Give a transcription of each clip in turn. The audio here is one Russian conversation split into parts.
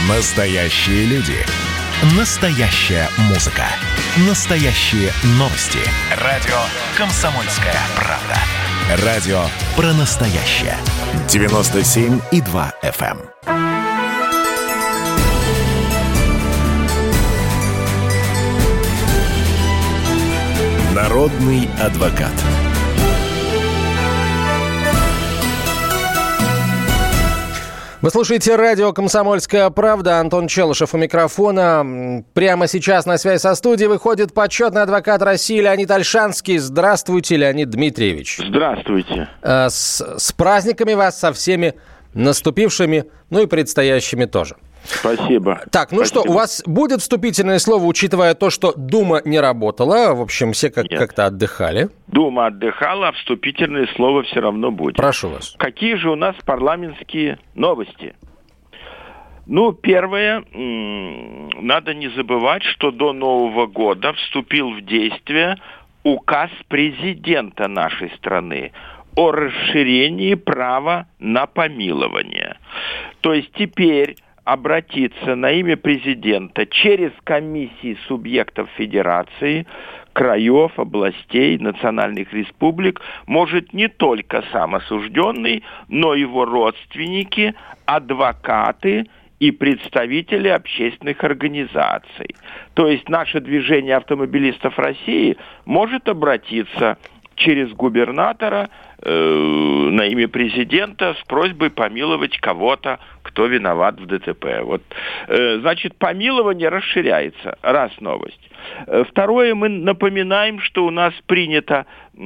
Настоящие люди. Настоящая музыка. Настоящие новости. Радио «Комсомольская правда». Радио про настоящее. 97,2 FM. Народный адвокат. Вы слушаете радио «Комсомольская правда». Антон Челышев у микрофона. Прямо сейчас на связь со студией выходит почетный адвокат России Леонид Ольшанский. Здравствуйте, Леонид Дмитриевич. Здравствуйте. С праздниками вас, со всеми наступившими, ну и предстоящими тоже. Спасибо. Так, ну Спасибо. что, у вас будет вступительное слово, учитывая то, что Дума не работала? В общем, все как-то отдыхали. Дума отдыхала, а вступительное слово все равно будет. Прошу вас. Какие же у нас парламентские новости? Ну, первое, надо не забывать, что до Нового года вступил в действие указ президента нашей страны о расширении права на помилование. То есть теперь обратиться на имя президента через комиссии субъектов федерации, краев, областей, национальных республик может не только сам осужденный, но и его родственники, адвокаты и представители общественных организаций. То есть наше движение автомобилистов России может обратиться через губернатора на имя президента с просьбой помиловать кого-то, кто виноват в ДТП. Вот, значит, помилование расширяется. Раз новость. Второе, мы напоминаем, что у нас начата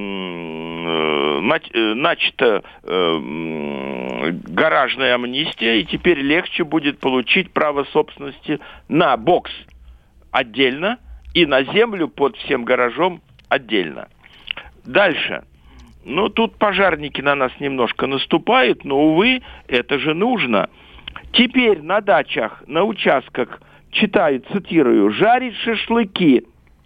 гаражная амнистия, и теперь легче будет получить право собственности на бокс отдельно и на землю под всем гаражом отдельно. Дальше. Ну, тут пожарники на нас немножко наступают, но, увы, это же нужно. Теперь на дачах, на участках, читаю, цитирую, жарить шашлыки.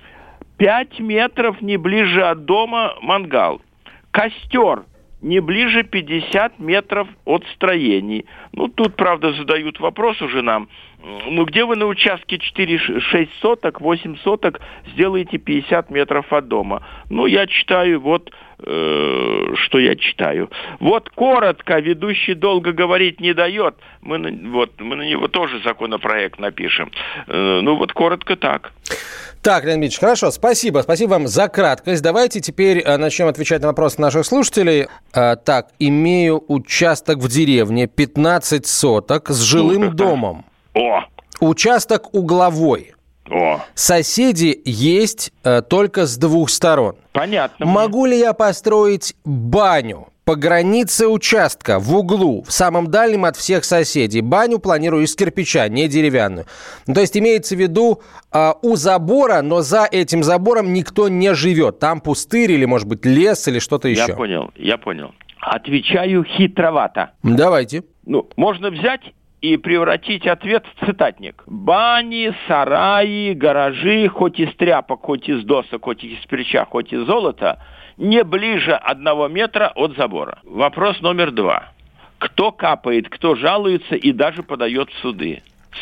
5 метров не ближе от дома мангал. Костер не ближе 50 метров от строений. Ну, тут, правда, задают вопрос уже нам. Ну, где вы на участке 4-6 соток, 8 соток сделаете 50 метров от дома? Ну, я читаю вот, что я читаю. Вот коротко, ведущий долго говорить не дает. Мы на него тоже законопроект напишем. Ну, вот коротко так. Так, Леонид Ильич, хорошо, спасибо. Спасибо вам за краткость. Давайте теперь начнем отвечать на вопросы наших слушателей. Так, имею участок в деревне, 15 соток с жилым домом. О! Участок угловой. О! Соседи есть только с 2 сторон. Понятно. Могу ли я построить баню по границе участка в углу, в самом дальнем от всех соседей? Баню планирую из кирпича, не деревянную. То есть имеется в виду у забора, но за этим забором никто не живет. Там пустырь или, может быть, лес или что-то еще. Я понял. Отвечаю хитровато. Давайте. Ну, можно взять и превратить ответ в цитатник. Бани, сараи, гаражи, хоть из тряпок, хоть из досок, хоть из кирпича, хоть из золота, не ближе 1 метра от забора. Вопрос номер 2. Кто капает, кто жалуется и даже подает в суды?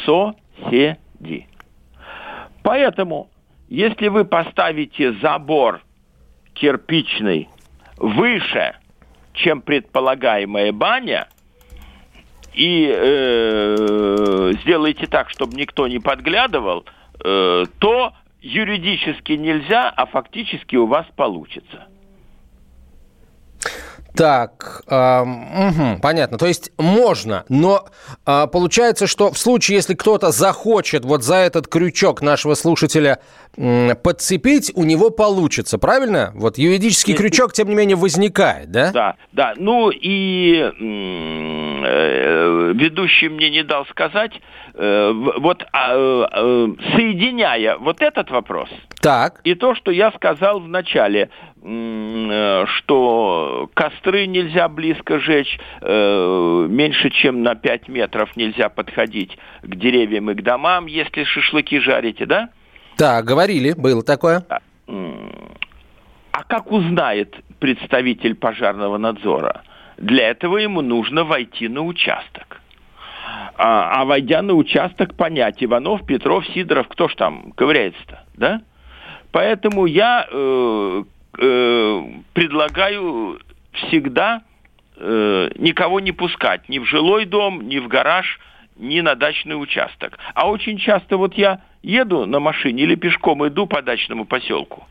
Соседи. Поэтому, если вы поставите забор кирпичный выше, чем предполагаемая баня, и сделаете так, чтобы никто не подглядывал, то юридически нельзя, а фактически у вас получится. Так, понятно. То есть можно, но получается, что в случае, если кто-то захочет вот за этот крючок нашего слушателя подцепить, у него получится, правильно? Вот юридический крючок, тем не менее, возникает, да? Да. Ну и ведущий мне не дал сказать, соединяя вот этот вопрос так. И то, что я сказал в начале, что костры нельзя близко жечь, меньше чем на 5 метров нельзя подходить к деревьям и к домам, если шашлыки жарите, да? Да, говорили, было такое. А как узнает представитель пожарного надзора? Для этого ему нужно войти на участок. А войдя на участок, понять, Иванов, Петров, Сидоров, кто ж там ковыряется-то, да? Поэтому я предлагаю всегда никого не пускать ни в жилой дом, ни в гараж, ни на дачный участок. А очень часто вот я еду на машине или пешком иду по дачному поселку.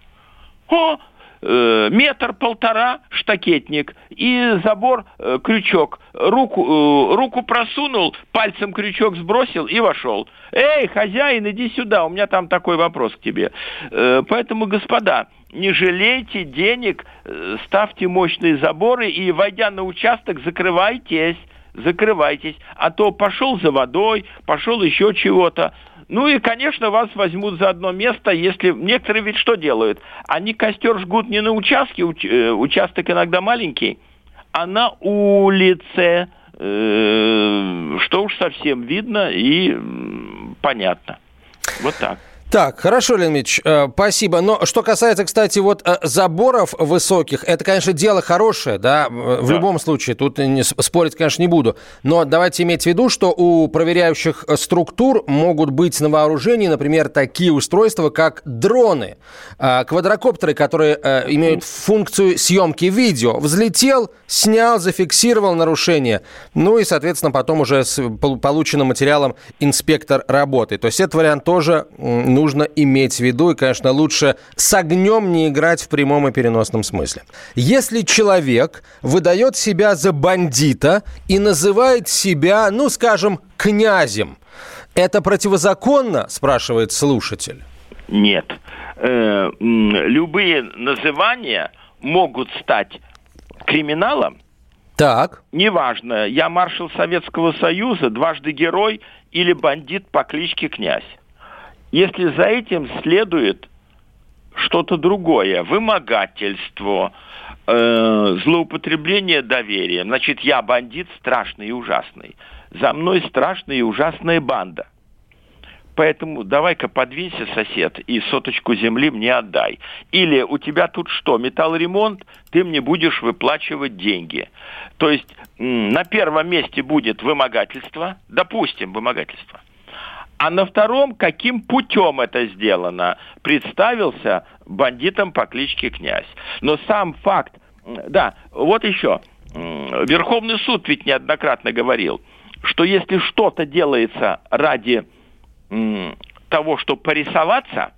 Метр-полтора штакетник и забор, крючок. Руку просунул, пальцем крючок сбросил и вошел. Эй, хозяин, иди сюда, у меня там такой вопрос к тебе. Поэтому, господа, не жалейте денег, ставьте мощные заборы и, войдя на участок, закрывайтесь. А то пошел за водой, пошел еще чего-то. Ну и, конечно, вас возьмут за одно место, если... Некоторые ведь что делают? Они костер жгут не на участке, участок иногда маленький, а на улице, что уж совсем видно и понятно. Вот так. Так, хорошо, Леонид Ильич, спасибо. Но что касается, кстати, вот заборов высоких, это, конечно, дело хорошее, да, в любом случае, тут спорить, конечно, не буду. Но давайте иметь в виду, что у проверяющих структур могут быть на вооружении, например, такие устройства, как дроны, квадрокоптеры, которые имеют функцию съемки видео. Взлетел, снял, зафиксировал нарушение, ну и, соответственно, потом уже с полученным материалом инспектор работает. То есть этот вариант тоже нужно иметь в виду, и, конечно, лучше с огнем не играть в прямом и переносном смысле. Если человек выдает себя за бандита и называет себя, ну, скажем, князем, это противозаконно, спрашивает слушатель? Нет. Любые называния могут стать криминалом. Так. Неважно, я маршал Советского Союза, дважды герой или бандит по кличке Князь. Если за этим следует что-то другое, вымогательство, злоупотребление доверием, значит, я бандит страшный и ужасный. За мной страшная и ужасная банда. Поэтому давай-ка подвинься, сосед, и соточку земли мне отдай. Или у тебя тут что, металлоремонт, ты мне будешь выплачивать деньги. То есть на первом месте будет вымогательство, допустим, вымогательство. А на втором, каким путем это сделано, представился бандитом по кличке Князь. Но сам факт... Да, вот еще. Верховный суд ведь неоднократно говорил, что если что-то делается ради того, чтобы порисоваться,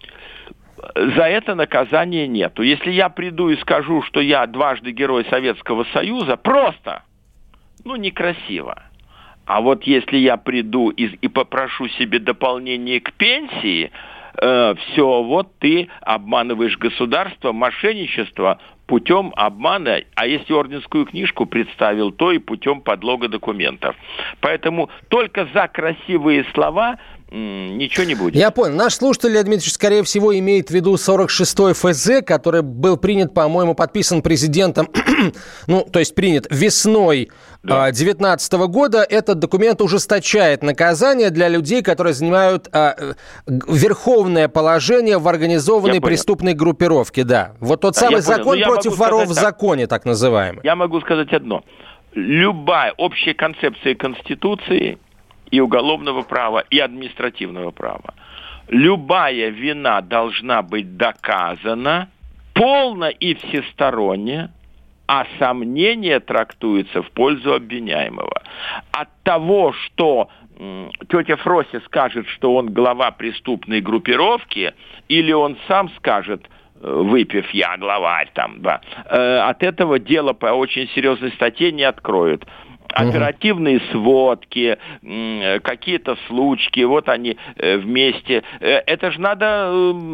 за это наказания нету. Если я приду и скажу, что я дважды герой Советского Союза, просто, некрасиво. А вот если я приду и попрошу себе дополнение к пенсии, все, вот ты обманываешь государство, мошенничество путем обмана, а если орденскую книжку представил, то и путем подлога документов. Поэтому только за красивые слова ничего не будет. Я понял. Наш слушатель, Леонид Дмитриевич, скорее всего, имеет в виду 46-й ФЗ, который был принят, по-моему, подписан президентом, то есть принят весной 2019 года. Этот документ ужесточает наказание для людей, которые занимают верховное положение в организованной преступной группировке. Да. Вот тот самый закон против воров в законе, так называемый. Я могу сказать одно. Любая общая концепция Конституции и уголовного права, и административного права. Любая вина должна быть доказана полно и всесторонне, а сомнение трактуется в пользу обвиняемого. От того, что тетя Фрося скажет, что он глава преступной группировки, или он сам скажет, выпив, я главарь, от этого дело по очень серьезной статье не откроют. Оперативные сводки, какие-то случки, вот они вместе. Это же надо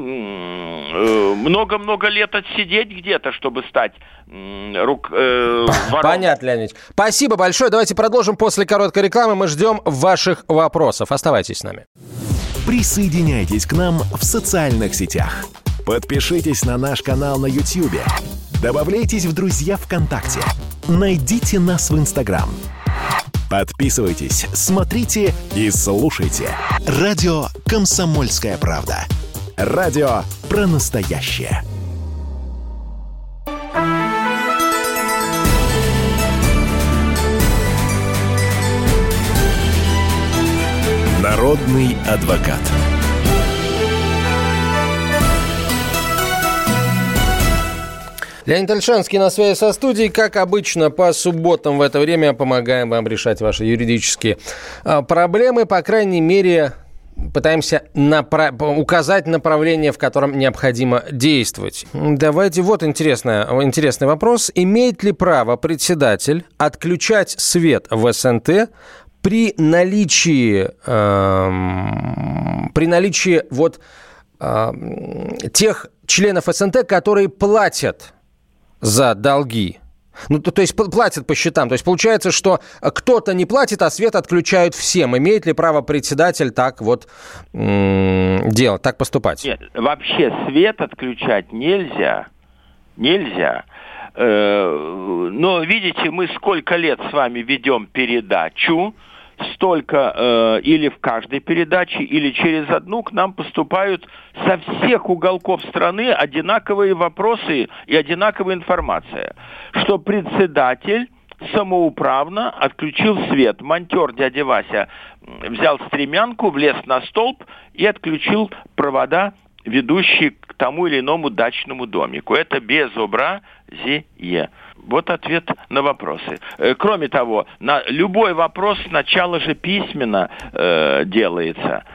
много-много лет отсидеть где-то, чтобы стать вором. Понятно, Леонид. Спасибо большое. Давайте продолжим после короткой рекламы. Мы ждем ваших вопросов. Оставайтесь с нами. Присоединяйтесь к нам в социальных сетях. Подпишитесь на наш канал на YouTube. Добавляйтесь в друзья ВКонтакте. Найдите нас в Инстаграм. Подписывайтесь, смотрите и слушайте. Радио «Комсомольская правда». Радио про настоящее. Народный адвокат. Леонид Ольшанский на связи со студией. Как обычно, по субботам в это время помогаем вам решать ваши юридические проблемы. По крайней мере, пытаемся указать направление, в котором необходимо действовать. Давайте, вот интересный вопрос. Имеет ли право председатель отключать свет в СНТ при наличии тех членов СНТ, которые платят за долги? Ну, то есть платят по счетам. То есть получается, что кто-то не платит, а свет отключают всем. Имеет ли право председатель так вот делать, так поступать? Нет, вообще свет отключать нельзя. Нельзя. Но, видите, мы сколько лет с вами ведем передачу, столько или в каждой передаче, или через одну к нам поступают со всех уголков страны одинаковые вопросы и одинаковая информация, что председатель самоуправно отключил свет. Монтер дядя Вася взял стремянку, влез на столб и отключил провода, ведущие к тому или иному дачному домику. Это безобразие. Вот ответ на вопросы. Кроме того, на любой вопрос сначала же письменно делается.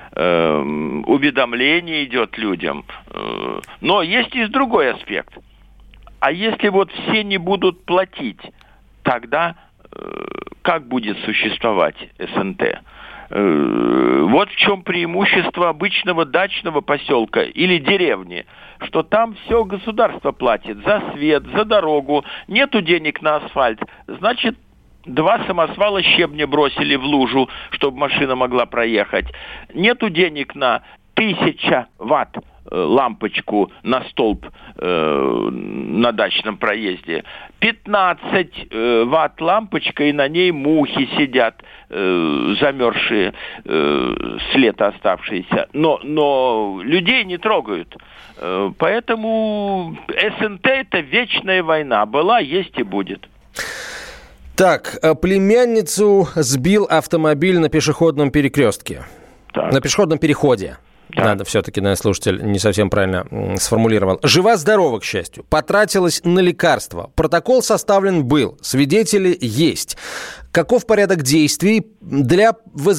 Уведомление идет людям. Но есть и другой аспект. А если вот все не будут платить, тогда как будет существовать СНТ? Вот в чем преимущество обычного дачного поселка или деревни, что там все государство платит за свет, за дорогу, нету денег на асфальт, значит, 2 самосвала щебня бросили в лужу, чтобы машина могла проехать, нету денег на 1000 ватт лампочку на столб на дачном проезде. 15 ватт лампочка, и на ней мухи сидят, замерзшие, с лета оставшиеся. Но людей не трогают. Поэтому СНТ – это вечная война. Была, есть и будет. Так, племянницу сбил автомобиль на пешеходном перекрестке. Так. На пешеходном переходе. Да. Надо все-таки, наверное, слушатель не совсем правильно сформулировал. Жива-здорова, к счастью. Потратилась на лекарства. Протокол составлен был. Свидетели есть. Каков порядок действий для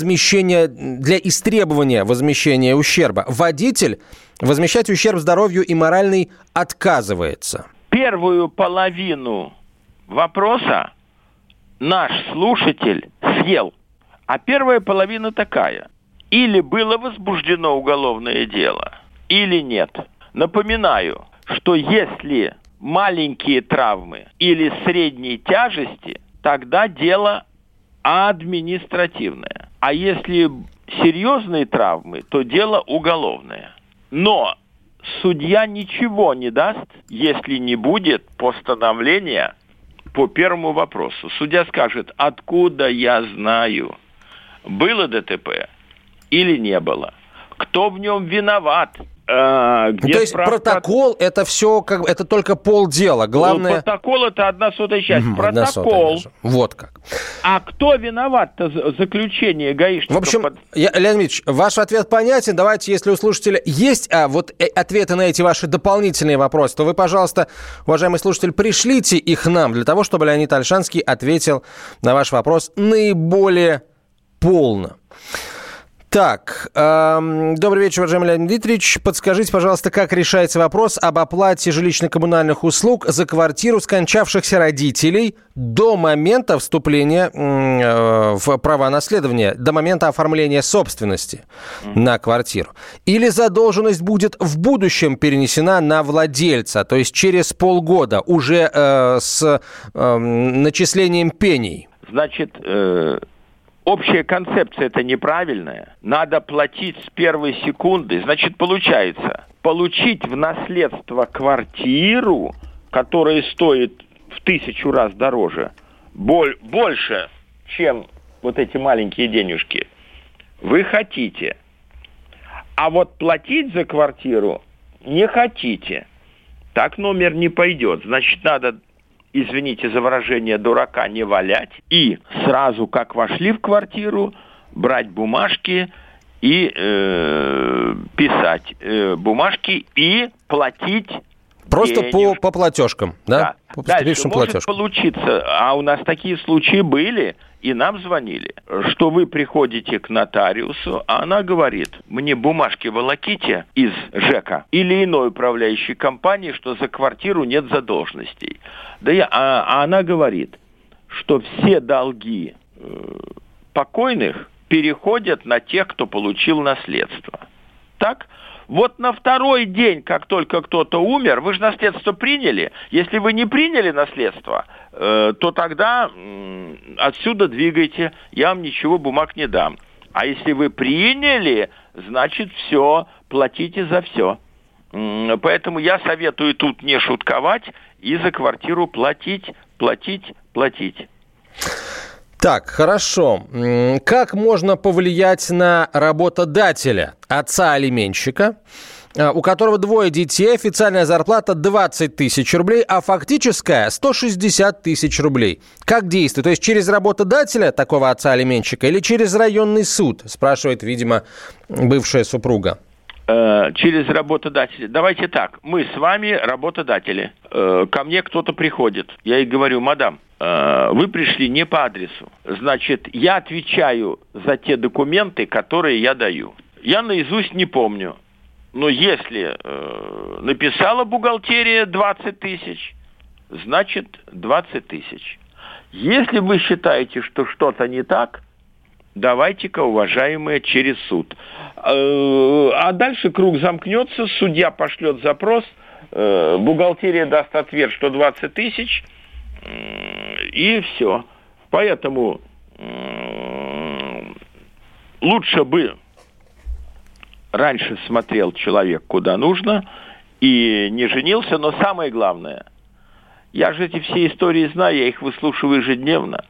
истребования возмещения ущерба? Водитель возмещать ущерб здоровью и моральный отказывается. Первую половину вопроса наш слушатель съел. А первая половина такая. Или было возбуждено уголовное дело, или нет. Напоминаю, что если маленькие травмы или средней тяжести, тогда дело административное. А если серьезные травмы, то дело уголовное. Но судья ничего не даст, если не будет постановления по первому вопросу. Судья скажет, откуда я знаю, было ДТП или не было? Кто в нем виноват? То есть протокол – это все, это только полдела. Главное... Протокол – это 1/100 часть. Протокол. Вот как. А кто виноват-то? Заключение гаишников? В общем, Леонид Ильич, ваш ответ понятен. Давайте, если у слушателя есть ответы на эти ваши дополнительные вопросы, то вы, пожалуйста, уважаемый слушатель, пришлите их нам для того, чтобы Леонид Ольшанский ответил на ваш вопрос наиболее полно. Так, добрый вечер, уважаемый Леонид Дмитриевич. Подскажите, пожалуйста, как решается вопрос об оплате жилищно-коммунальных услуг за квартиру скончавшихся родителей до момента вступления в права наследования, до момента оформления собственности на квартиру? Или задолженность будет в будущем перенесена на владельца, то есть через полгода, уже с начислением пений? Значит... Общая концепция это неправильная. Надо платить с первой секунды. Значит, получается, получить в наследство квартиру, которая стоит в 1000 раз дороже, больше, чем вот эти маленькие денежки, вы хотите. А вот платить за квартиру не хотите. Так номер не пойдет. Значит, надо... извините за выражение, дурака не валять. И сразу, как вошли в квартиру, брать бумажки и писать бумажки и платить просто денежку. по платежкам, да? По Дальше может платежкам. получиться, а у нас такие случаи были, и нам звонили, что вы приходите к нотариусу, а она говорит, мне бумажки волоките из ЖЭКа или иной управляющей компании, что за квартиру нет задолженностей. А она говорит, что все долги покойных переходят на тех, кто получил наследство. Так? Вот на второй день, как только кто-то умер, вы же наследство приняли. Если вы не приняли наследство, то тогда отсюда двигайте, я вам ничего, бумаг не дам. А если вы приняли, значит все, платите за все. Поэтому я советую тут не шутковать и за квартиру платить. Так, хорошо. Как можно повлиять на работодателя, отца-алименщика, у которого 2 детей, официальная зарплата 20 тысяч рублей, а фактическая 160 тысяч рублей? Как действует? То есть через работодателя такого отца-алименщика или через районный суд? Спрашивает, видимо, бывшая супруга. Через работодателя. Давайте так, мы с вами работодатели. Ко мне кто-то приходит. Я ей говорю, мадам, вы пришли не по адресу. Значит, я отвечаю за те документы, которые я даю. Я наизусть не помню. Но если написала бухгалтерия 20 тысяч, значит 20 тысяч. Если вы считаете, что что-то не так, давайте-ка, уважаемые, через суд. А дальше круг замкнется, судья пошлет запрос, бухгалтерия даст ответ, что 20 тысяч, и все. Поэтому лучше бы раньше смотрел человек куда нужно и не женился, но самое главное, я же эти все истории знаю, я их выслушиваю ежедневно.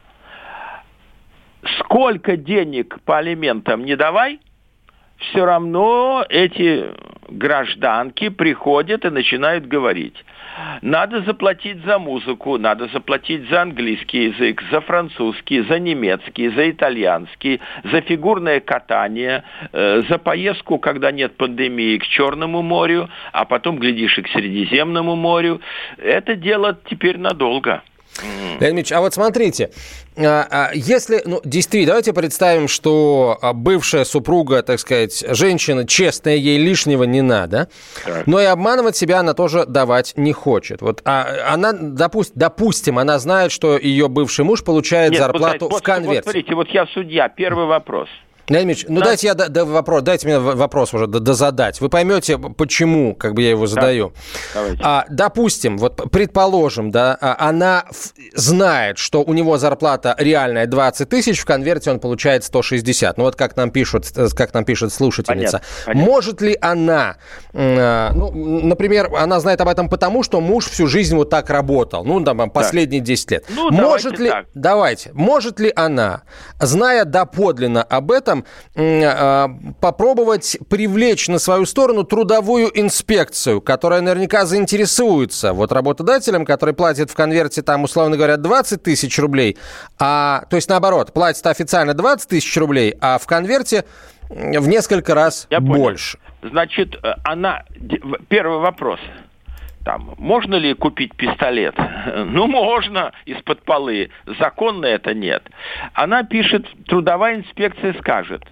Сколько денег по алиментам не давай, все равно эти гражданки приходят и начинают говорить. Надо заплатить за музыку, надо заплатить за английский язык, за французский, за немецкий, за итальянский, за фигурное катание, за поездку, когда нет пандемии, к Черному морю, а потом, глядишь, и к Средиземному морю. Это дело теперь надолго. Леонид Ильич, а вот смотрите, если, действительно, давайте представим, что бывшая супруга, так сказать, женщина честная, ей лишнего не надо, так. Но и обманывать себя она тоже давать не хочет. Вот, она, допустим, она знает, что ее бывший муж получает зарплату в конверте. Вот смотрите, вот я судья, первый вопрос. Леонид Ильич, дайте мне вопрос уже дозадать. Вы поймете, почему, я его задаю. Допустим, вот предположим, да, она знает, что у него зарплата реальная 20 тысяч, в конверте он получает 160. Ну вот как нам пишет слушательница. Понятно. Может ли она, например, она знает об этом потому, что муж всю жизнь вот так работал, последние 10 лет. Может ли она, зная доподлинно об этом, попробовать привлечь на свою сторону трудовую инспекцию, которая наверняка заинтересуется работодателем, который платит в конверте, условно говоря, 20 тысяч рублей, то есть наоборот, платит официально 20 тысяч рублей, а в конверте в несколько раз больше. Значит, первый вопрос. Можно ли купить пистолет? Можно, из-под полы. Законно это нет. Она пишет, трудовая инспекция скажет,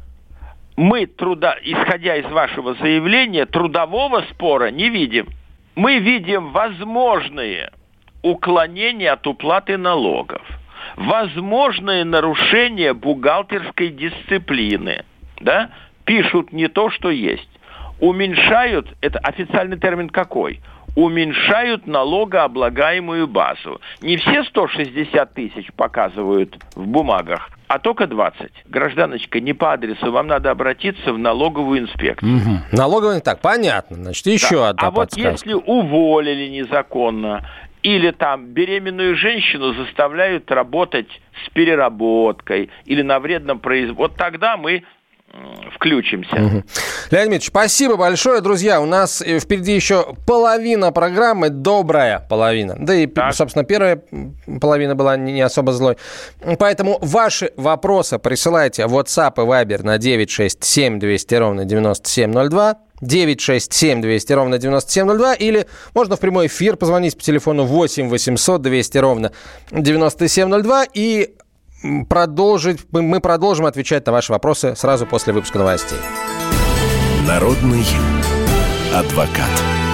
мы исходя из вашего заявления, трудового спора не видим. Мы видим возможные уклонения от уплаты налогов, возможные нарушения бухгалтерской дисциплины. Да? Пишут не то, что есть. Уменьшают, это официальный термин какой? Уменьшают налогооблагаемую базу. Не все 160 тысяч показывают в бумагах, а только 20. Гражданочка, не по адресу, вам надо обратиться в налоговую инспекцию. Угу. Налоговая, так, понятно. Значит, еще одна подсказка. Вот если уволили незаконно, или беременную женщину заставляют работать с переработкой, или на вредном производстве, вот тогда мы включимся. Леонид Дмитриевич, спасибо большое, друзья. У нас впереди еще половина программы, добрая половина. Да и, собственно, первая половина была не особо злой. Поэтому ваши вопросы присылайте в WhatsApp и Viber на 967 200 ровно 9702. 967 200 ровно 9702. Или можно в прямой эфир позвонить по телефону 8 800 200 ровно 9702 и мы продолжим отвечать на ваши вопросы сразу после выпуска новостей. Народный адвокат.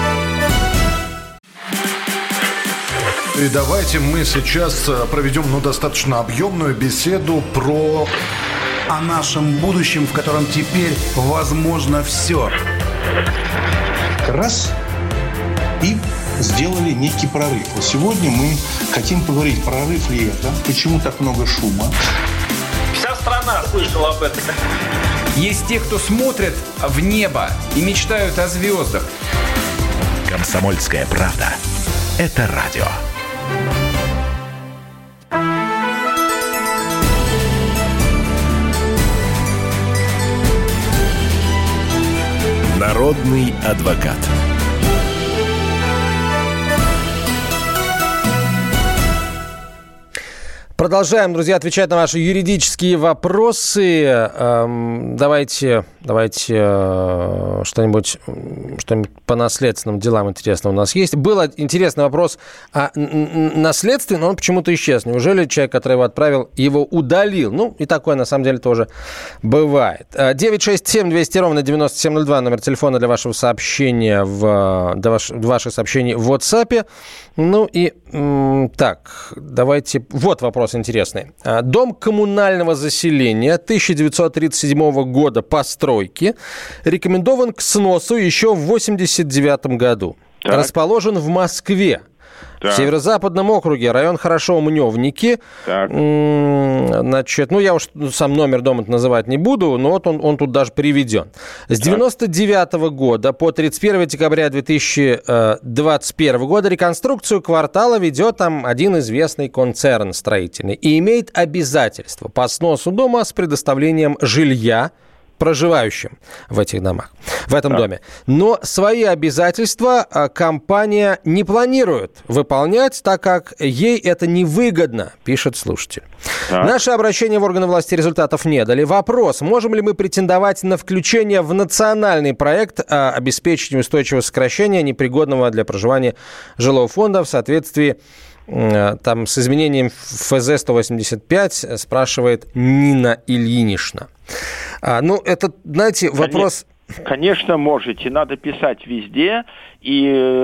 И давайте мы сейчас проведем достаточно объемную беседу о нашем будущем, в котором теперь возможно все. Раз и сделали некий прорыв. Вот сегодня мы хотим поговорить, прорыв ли это, почему так много шума. Вся страна слышала об этом. Есть те, кто смотрят в небо и мечтают о звездах. «Комсомольская правда» — это радио. Народный адвокат. Продолжаем, друзья, отвечать на ваши юридические вопросы. Давайте что-нибудь по наследственным делам интересного у нас есть. Был интересный вопрос о наследстве, но он почему-то исчез. Неужели человек, который его отправил, его удалил? Ну, и такое, на самом деле, тоже бывает. 967 200 ровно 9702, номер телефона для вашего сообщения ваших сообщений в WhatsApp. Ну и так, давайте... Вот вопрос интересный. Дом коммунального заселения 1937 года постройки рекомендован к сносу еще в 1989 году. Так. Расположен в Москве. Так. В Северо-Западном округе, район Хорошо-Мневники. Значит, я уж сам номер дома называть не буду, но вот он тут даже приведен. С 1999 года по 31 декабря 2021 года реконструкцию квартала ведет там один известный концерн строительный и имеет обязательство по сносу дома с предоставлением жилья проживающим в этих домах, в этом доме. Но свои обязательства компания не планирует выполнять, так как ей это невыгодно, пишет слушатель. Наше обращение в органы власти результатов не дали. Вопрос: можем ли мы претендовать на включение в национальный проект обеспечения устойчивого сокращения непригодного для проживания жилого фонда в соответствии там с изменением ФЗ-185, спрашивает Нина Ильинична. Это, знаете, вопрос... Конечно, можете. Надо писать везде. И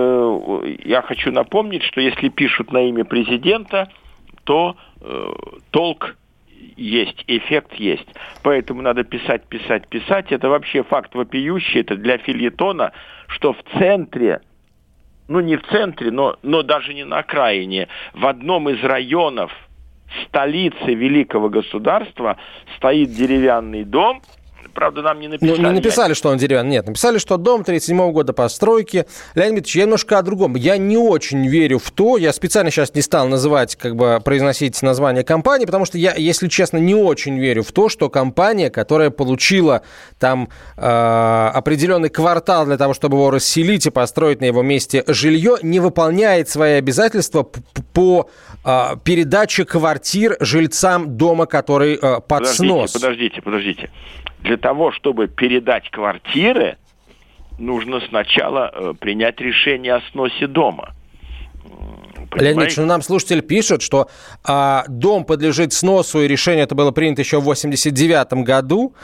я хочу напомнить, что если пишут на имя президента, то толк есть, эффект есть. Поэтому надо писать. Это вообще факт вопиющий. Это для фельетона, что в центре, не в центре, но даже не на окраине, в одном из районов столицы великого государства стоит деревянный дом. Правда, нам не написали. Не написали, что он деревянный. Нет, написали, что дом 1937 года постройки. Леонид Дмитриевич, я немножко о другом. Я не очень верю в то, я специально сейчас не стал называть, произносить название компании, потому что я, если честно, не очень верю в то, что компания, которая получила там определенный квартал для того, чтобы его расселить и построить на его месте жилье, не выполняет свои обязательства по передаче квартир жильцам дома, который под снос. Подождите. Для того, чтобы передать квартиры, нужно сначала принять решение о сносе дома. Леонид Ильич, нам слушатель пишет, что дом подлежит сносу, и решение это было принято еще в 1989 году,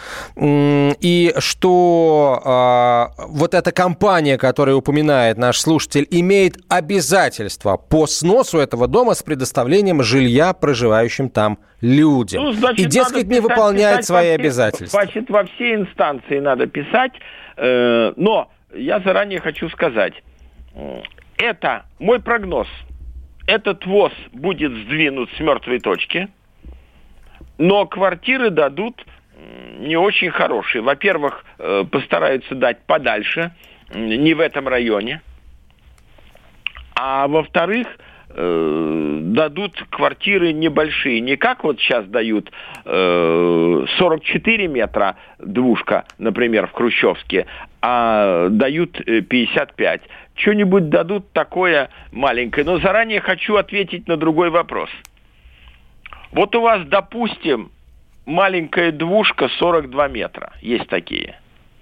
и что вот эта компания, которую упоминает наш слушатель, имеет обязательства по сносу этого дома с предоставлением жилья проживающим там людям. Значит, и, дескать, не выполняет свои обязательства. Значит, во все инстанции надо писать, но я заранее хочу сказать, это мой прогноз. Этот ВОЗ будет сдвинут с мертвой точки, но квартиры дадут не очень хорошие. Во-первых, постараются дать подальше, не в этом районе. А во-вторых, дадут квартиры небольшие. Не как вот сейчас дают 44 метра двушка, например, в Хрущевске, а дают 55. Что-нибудь дадут такое маленькое. Но заранее хочу ответить на другой вопрос. Вот у вас, допустим, маленькая двушка 42 метра. Есть такие.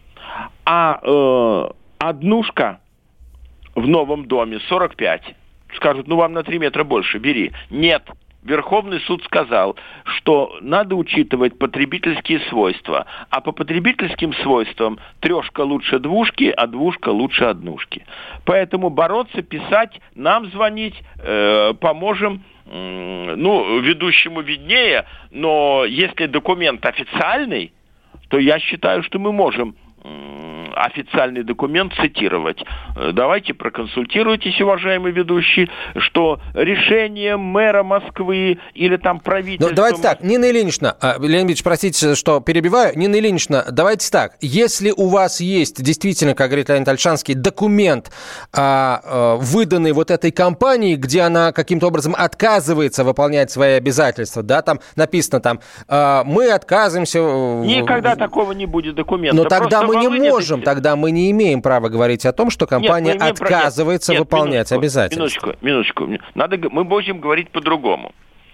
А однушка в новом доме 45. Скажут, вам на 3 метра больше, бери. Нет. Верховный суд сказал, что надо учитывать потребительские свойства. А по потребительским свойствам 3 лучше двушки, а 2 лучше однушки. Поэтому бороться, писать, нам звонить, поможем. Ведущему виднее, но если документ официальный, то я считаю, что мы можем официальный документ цитировать. Давайте проконсультируйтесь, уважаемый ведущий, что решение мэра Москвы или там правительства... Давайте так, Нина Ильинична, Леонид Ильич, простите, что перебиваю. Нина Ильинична, давайте так. Если у вас есть действительно, как говорит Леонид Ольшанский, документ, выданный вот этой компанией, где она каким-то образом отказывается выполнять свои обязательства, да, там написано мы отказываемся... Никогда такого не будет документа. Но тогда мы не можем, тогда мы не имеем права говорить о том, что компания отказывается выполнять обязательства. Минуточку. Мы будем говорить по-другому.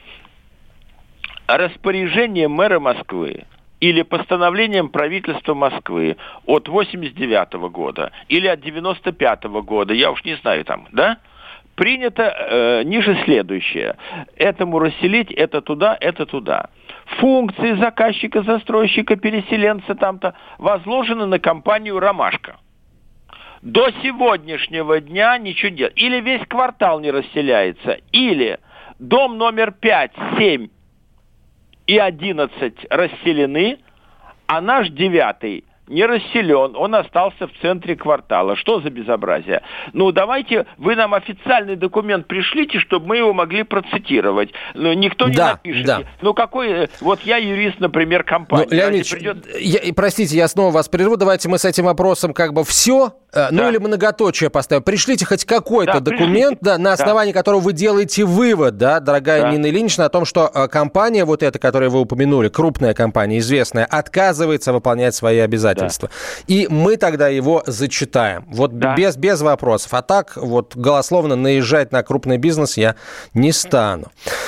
Распоряжение мэра Москвы или постановлением правительства Москвы от 89 года или от 95 года, я уж не знаю там, да? Принято ниже следующее. Этому расселить, это туда, это туда. Функции заказчика, застройщика, переселенца там-то возложены на компанию «Ромашка». До сегодняшнего дня ничего не делает. Или весь квартал не расселяется, или дом номер 5, 7 и 11 расселены, а наш 9 не расселен, он остался в центре квартала. Что за безобразие? Давайте вы нам официальный документ пришлите, чтобы мы его могли процитировать. Никто не напишет. Да. Какой... Вот я юрист, например, компании. Леонид, простите, я снова вас прерву. Давайте мы с этим вопросом все... или многоточие поставим. Пришлите хоть какой-то документ, на основании которого вы делаете вывод, дорогая Нина Ильинична, о том, что компания вот эта, которую вы упомянули, крупная компания, известная, отказывается выполнять свои обязательства. И мы тогда его зачитаем. Без вопросов. А так, голословно наезжать на крупный бизнес я не стану.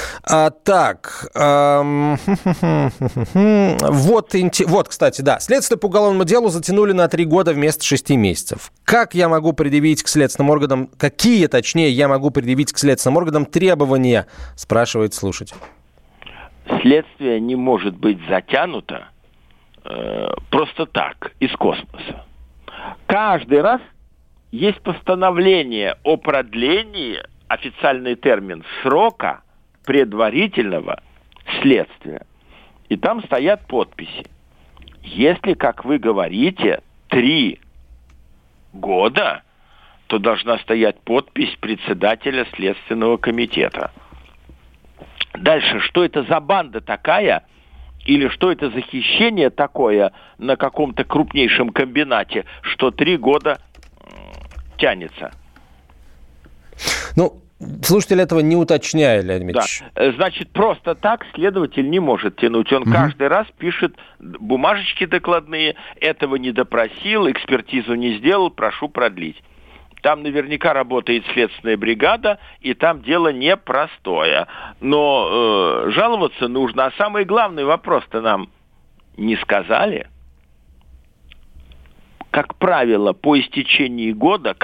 Кстати, следствие по уголовному делу затянули на 3 года вместо 6 месяцев. Как я могу предъявить к следственным органам, я могу предъявить к следственным органам требования, спрашивает слушатель. Следствие не может быть затянуто просто так, из космоса. Каждый раз есть постановление о продлении, официальный термин, срока предварительного следствия. И там стоят подписи. Если, как вы говорите, 3 года, то должна стоять подпись председателя Следственного комитета. Дальше, что это за банда такая, или что это за хищение такое на каком-то крупнейшем комбинате, что 3 года тянется? Слушатель этого не уточняет, Леонид Ильич. Значит, просто так следователь не может тянуть. Он каждый раз пишет бумажечки докладные, этого не допросил, экспертизу не сделал, прошу продлить. Там наверняка работает следственная бригада, и там дело непростое. Но жаловаться нужно. А самый главный вопрос-то нам не сказали. Как правило, по истечении года,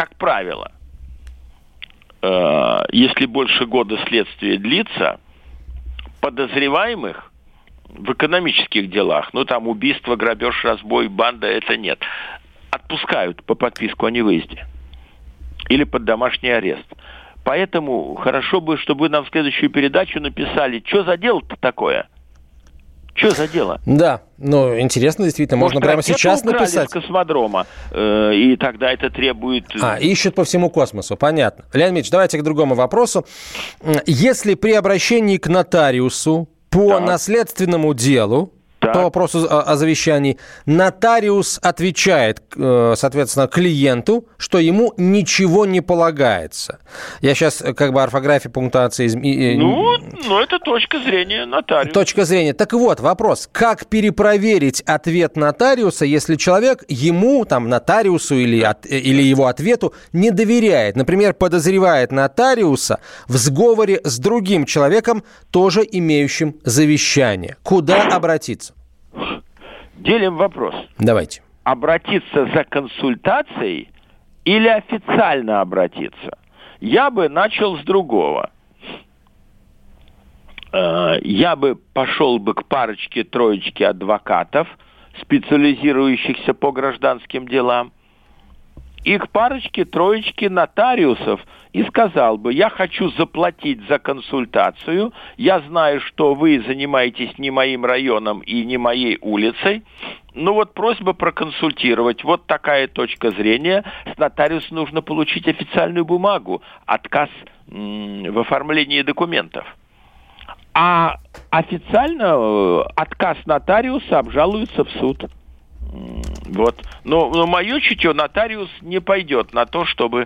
если больше года следствие длится, подозреваемых в экономических делах, там убийство, грабеж, разбой, банда, это нет, отпускают по подписку о невыезде или под домашний арест. Поэтому хорошо бы, чтобы вы нам в следующую передачу написали, что за дело-то такое? Что за дело? Да, интересно, действительно, можно прямо сейчас написать. С космодрома, и тогда это требует... Ищут по всему космосу, понятно. Леонид Ильич, давайте к другому вопросу. Если при обращении к нотариусу по наследственному делу по вопросу о завещании. Нотариус отвечает, соответственно, клиенту, что ему ничего не полагается. Я сейчас как бы орфографию, пунктуации... это точка зрения нотариуса. Точка зрения. Так вот, вопрос. Как перепроверить ответ нотариуса, если человек ему, нотариусу или его ответу не доверяет? Например, подозревает нотариуса в сговоре с другим человеком, тоже имеющим завещание. Куда обратиться? Делим вопрос. Давайте. Обратиться за консультацией или официально обратиться? Я бы начал с другого. Я бы пошел к парочке-троечке адвокатов, специализирующихся по гражданским делам, и к парочке-троечке нотариусов и сказал бы: я хочу заплатить за консультацию, я знаю, что вы занимаетесь не моим районом и не моей улицей, просьба проконсультировать, вот такая точка зрения. С нотариуса нужно получить официальную бумагу, отказ в оформлении документов. А официально отказ нотариуса обжалуется в суд. Но мое чутье, нотариус не пойдет на то, чтобы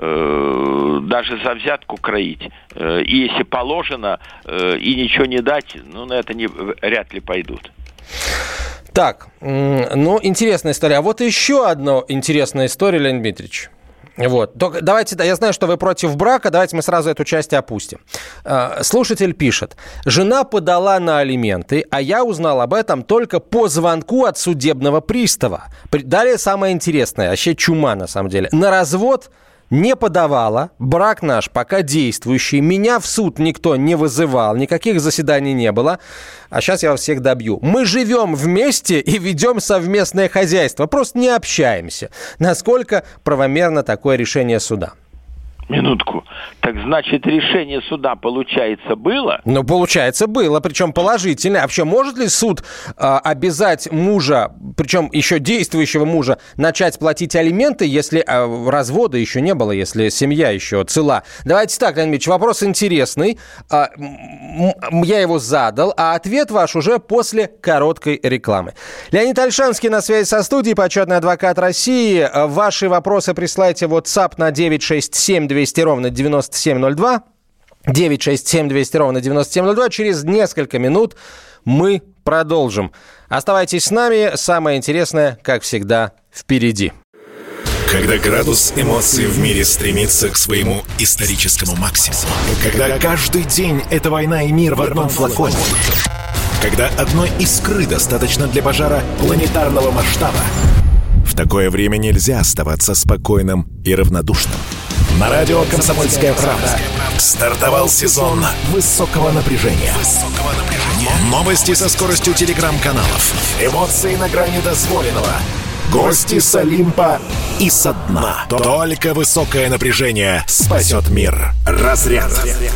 даже за взятку кроить. И если положено, и ничего не дать, на это вряд ли пойдут. Так, интересная история. А вот еще одна интересная история, Леонид Дмитриевич. Только давайте, я знаю, что вы против брака, давайте мы сразу эту часть опустим. Слушатель пишет: жена подала на алименты, а я узнал об этом только по звонку от судебного пристава. Далее самое интересное, вообще чума на самом деле. На развод не подавала, брак наш пока действующий, меня в суд никто не вызывал, никаких заседаний не было. А сейчас я вас всех добью. Мы живем вместе и ведем совместное хозяйство, просто не общаемся. Насколько правомерно такое решение суда? Минутку. Так значит, решение суда, получается, было? Получается, было, причем положительное. А вообще, может ли суд обязать мужа, причем еще действующего мужа, начать платить алименты, если развода еще не было, если семья еще цела? Давайте так, Леонид Ильич, вопрос интересный. Я его задал, а ответ ваш уже после короткой рекламы. Леонид Ольшанский на связи со студией, почетный адвокат России. Ваши вопросы присылайте в WhatsApp на 967-200-97-02. 967-200-97-02. Через несколько минут мы продолжим. Оставайтесь с нами. Самое интересное, как всегда, впереди. Когда градус эмоций в мире стремится к своему историческому максимуму. Когда каждый день это война и мир в одном флаконе. Когда одной искры достаточно для пожара планетарного масштаба. В такое время нельзя оставаться спокойным и равнодушным. На радио «Комсомольская правда» стартовал сезон высокого напряжения. Новости со скоростью телеграм-каналов. Эмоции на грани дозволенного. Гости с Олимпа и со дна. Только высокое напряжение спасет мир. Разряд.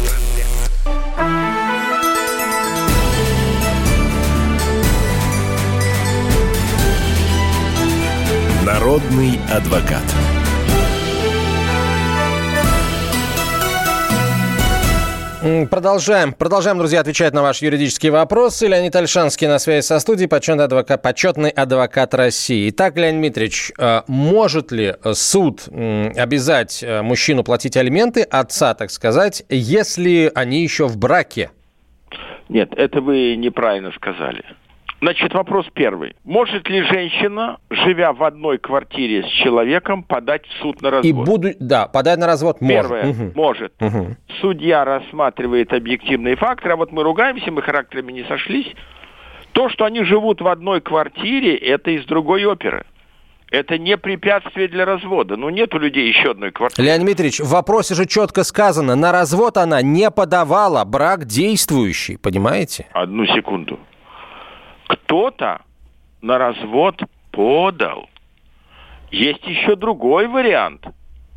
Народный адвокат. Продолжаем, друзья, отвечать на ваши юридические вопросы. Леонид Ольшанский на связи со студией, почетный адвокат России. Итак, Леонид Дмитриевич, может ли суд обязать мужчину платить алименты, отца, так сказать, если они еще в браке? Нет, это вы неправильно сказали. Значит, вопрос первый. Может ли женщина, живя в одной квартире с человеком, подать в суд на развод? Подать на развод может. Первое, может. Судья рассматривает объективные факторы, а вот мы ругаемся, мы характерами не сошлись. То, что они живут в одной квартире, это из другой оперы. Это не препятствие для развода. Нет у людей еще одной квартиры. Леонид Дмитриевич, в вопросе же четко сказано, на развод она не подавала, брак действующий, понимаете? Одну секунду. Кто-то на развод подал. Есть еще другой вариант,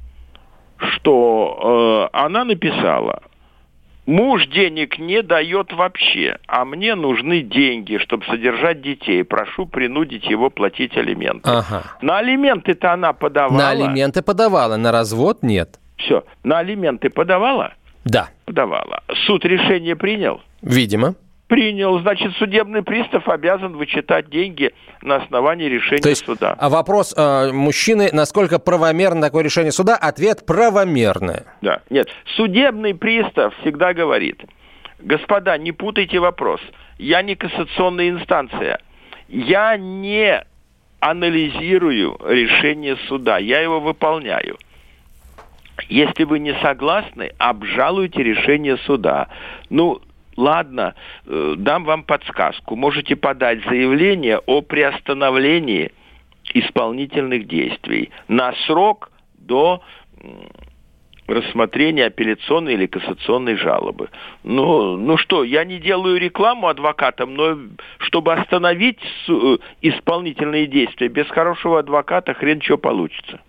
что она написала: муж денег не дает вообще, а мне нужны деньги, чтобы содержать детей. Прошу принудить его платить алименты. Ага. На алименты-то она подавала. На алименты подавала, на развод нет. Все, на алименты подавала? Да. Подавала. Суд решение принял? Видимо. Принял. Значит, судебный пристав обязан вычитать деньги на основании решения суда. А вопрос мужчины, насколько правомерно такое решение суда? Ответ – правомерное. Да. Нет. Судебный пристав всегда говорит: господа, не путайте вопрос. Я не кассационная инстанция. Я не анализирую решение суда. Я его выполняю. Если вы не согласны, обжалуйте решение суда. Ладно, дам вам подсказку. Можете подать заявление о приостановлении исполнительных действий на срок до рассмотрения апелляционной или кассационной жалобы. Что, я не делаю рекламу адвокатам, но чтобы остановить исполнительные действия, без хорошего адвоката хрен что получится.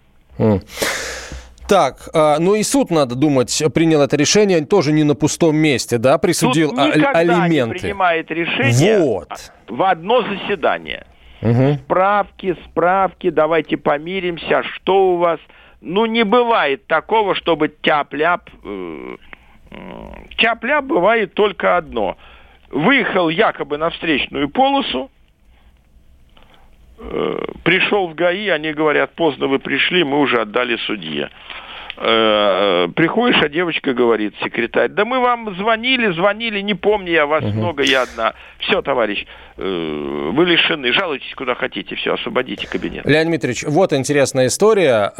Так, и суд, надо думать, принял это решение тоже не на пустом месте, да, присудил суд никогда алименты. Не принимает решение в одно заседание. Справки, давайте помиримся, что у вас. Не бывает такого, чтобы тяп-ляп. Тяп-ляп бывает только одно. Выехал якобы на встречную полосу, пришел в ГАИ, они говорят: поздно вы пришли, мы уже отдали судье. Приходишь, а девочка говорит, секретарь: да мы вам звонили, не помню я вас много, я одна. Все, товарищ, вы лишены, жалуйтесь куда хотите, все, освободите кабинет. Леонид Дмитриевич, вот интересная история.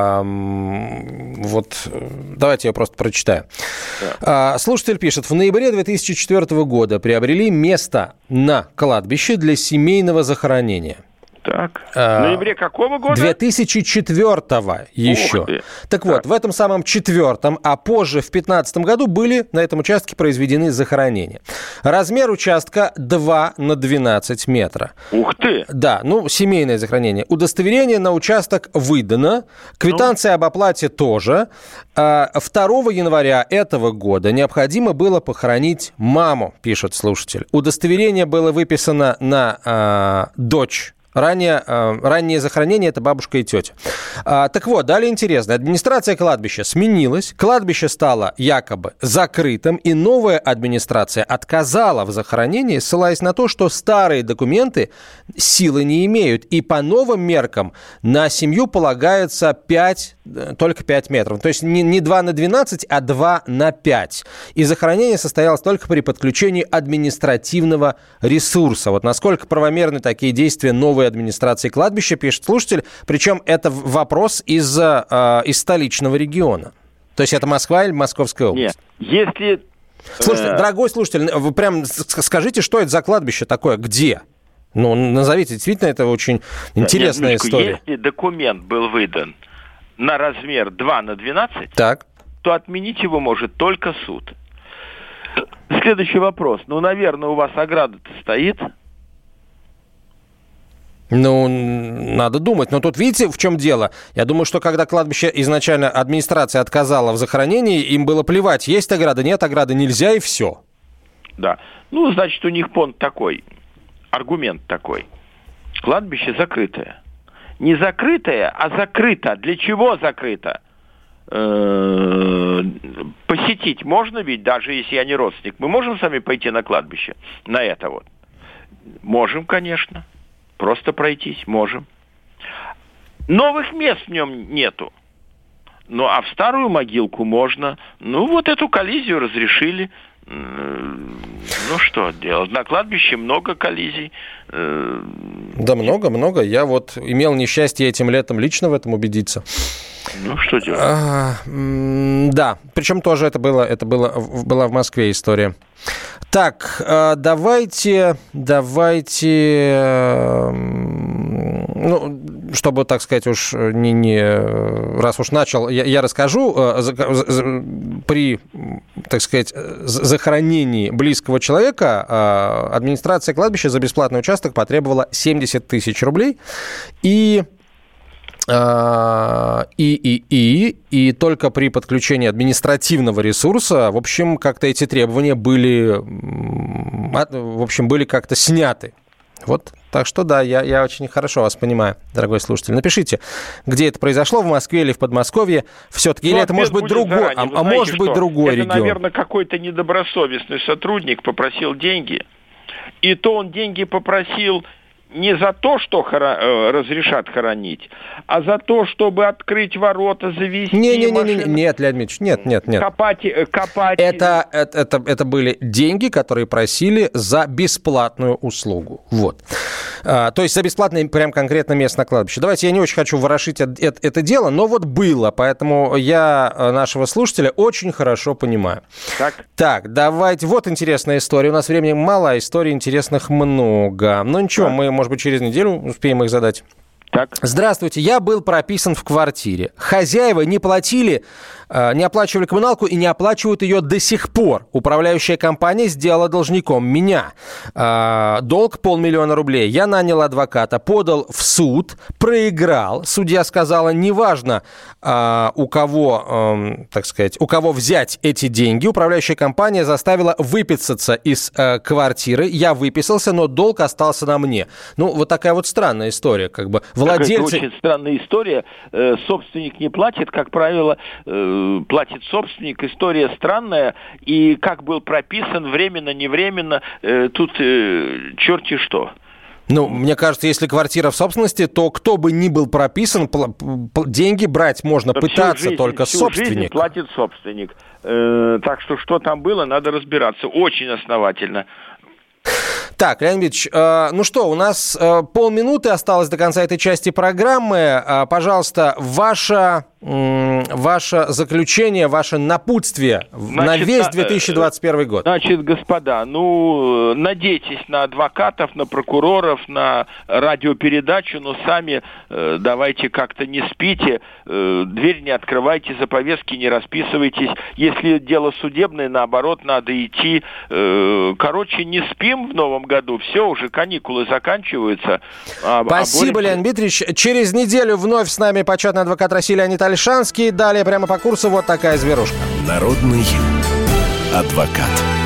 Давайте я просто прочитаю. Да. Слушатель пишет: в ноябре 2004 года приобрели место на кладбище для семейного захоронения. Так. В ноябре какого года? 2004-го еще. Так вот, в этом самом 4-м, а позже в 2015 году были на этом участке произведены захоронения. Размер участка 2 на 12 метра. Ух ты! Да, семейное захоронение. Удостоверение на участок выдано, квитанция об оплате тоже. 2 января этого года необходимо было похоронить маму, пишет слушатель. Удостоверение было выписано на дочь. Раннее захоронение – это бабушка и тетя. Так вот, далее интересно. Администрация кладбища сменилась, кладбище стало якобы закрытым, и новая администрация отказала в захоронении, ссылаясь на то, что старые документы силы не имеют, и по новым меркам на семью полагается только 5 метров. То есть не 2 на 12, а 2 на 5. И захоронение состоялось только при подключении административного ресурса. Вот насколько правомерны такие действия новой администрации кладбища, пишет слушатель. Причем это вопрос из столичного региона. То есть это Москва или Московская область? Нет, если... Слушайте, дорогой слушатель, вы прям скажите, что это за кладбище такое, где? Назовите, действительно, это очень интересная история. Если документ был выдан на размер 2 на 12, то отменить его может только суд. Следующий вопрос. Наверное, у вас ограда-то стоит? Надо думать. Но тут видите, в чем дело? Я думаю, что когда кладбище изначально администрация отказала в захоронении, им было плевать, есть ограда, нет ограды, нельзя, и все. Да. Значит, у них понт такой, аргумент такой. Кладбище закрытое. Не закрытое, а закрыто. Для чего закрыто? Посетить можно ведь, даже если я не родственник. Мы можем сами пойти на кладбище? На это вот. Можем, конечно. Просто пройтись можем. Новых мест в нем нету. А в старую могилку можно. Эту коллизию разрешили. Что делать? На кладбище много коллизий. Да, много. Я имел несчастье этим летом лично в этом убедиться. Что делать? Да, причем тоже это была в Москве история. Так, давайте, чтобы, так сказать, уж раз уж начал, я расскажу. При, так сказать, захоронении близкого человека администрация кладбища за бесплатный участок потребовала 70 тысяч рублей. И только при подключении административного ресурса, в общем, как-то эти требования были как-то сняты. Вот Так что да, я очень хорошо вас понимаю, дорогой слушатель. Напишите, где это произошло, в Москве или в Подмосковье. Все-таки, или это может быть другой, может быть другой регион. Это, наверное, какой-то недобросовестный сотрудник попросил деньги. И то он деньги попросил не за то, что разрешат хоронить, а за то, чтобы открыть ворота, завести машину. Нет, Леонид Ильич, нет. Копать. Это были деньги, которые просили за бесплатную услугу. Вот. То есть за бесплатное прям конкретно место на кладбище. Давайте, я не очень хочу ворошить это дело, но вот было, поэтому я нашего слушателя очень хорошо понимаю. Так, давайте. Вот интересная история. У нас времени мало, а историй интересных много. Ну ничего, мы, может быть, через неделю успеем их задать. Так. Здравствуйте, я был прописан в квартире. Хозяева не оплачивали коммуналку и не оплачивают ее до сих пор. Управляющая компания сделала должником меня. Долг 500 000 рублей. Я нанял адвоката, подал в суд, проиграл. Судья сказала, неважно, у кого взять эти деньги. Управляющая компания заставила выписаться из квартиры. Я выписался, но долг остался на мне. Ну, вот такая вот странная история, как бы. Владельцы... Это очень странная история. Собственник не платит, как правило, платит собственник. История странная. И как был прописан, временно, невременно, тут черти что. Ну, мне кажется, если квартира в собственности, то кто бы ни был прописан, деньги брать можно пытаться только с собственника. Всю жизнь платит собственник. Так что там было, надо разбираться. Очень основательно. Так, Леонид Ильич, ну что, у нас полминуты осталось до конца этой части программы. Пожалуйста, ваше заключение, ваше напутствие на весь 2021 год. Значит, господа, надейтесь на адвокатов, на прокуроров, на радиопередачу, но сами давайте как-то не спите, дверь не открывайте, за повестки не расписывайтесь. Если дело судебное, наоборот, надо идти. Короче, не спим в новом году, все, уже каникулы заканчиваются. Спасибо, Леонид Дмитриевич. Через неделю вновь с нами почетный адвокат России Леонид Ольшанский. Далее прямо по курсу вот такая зверушка. Народный адвокат.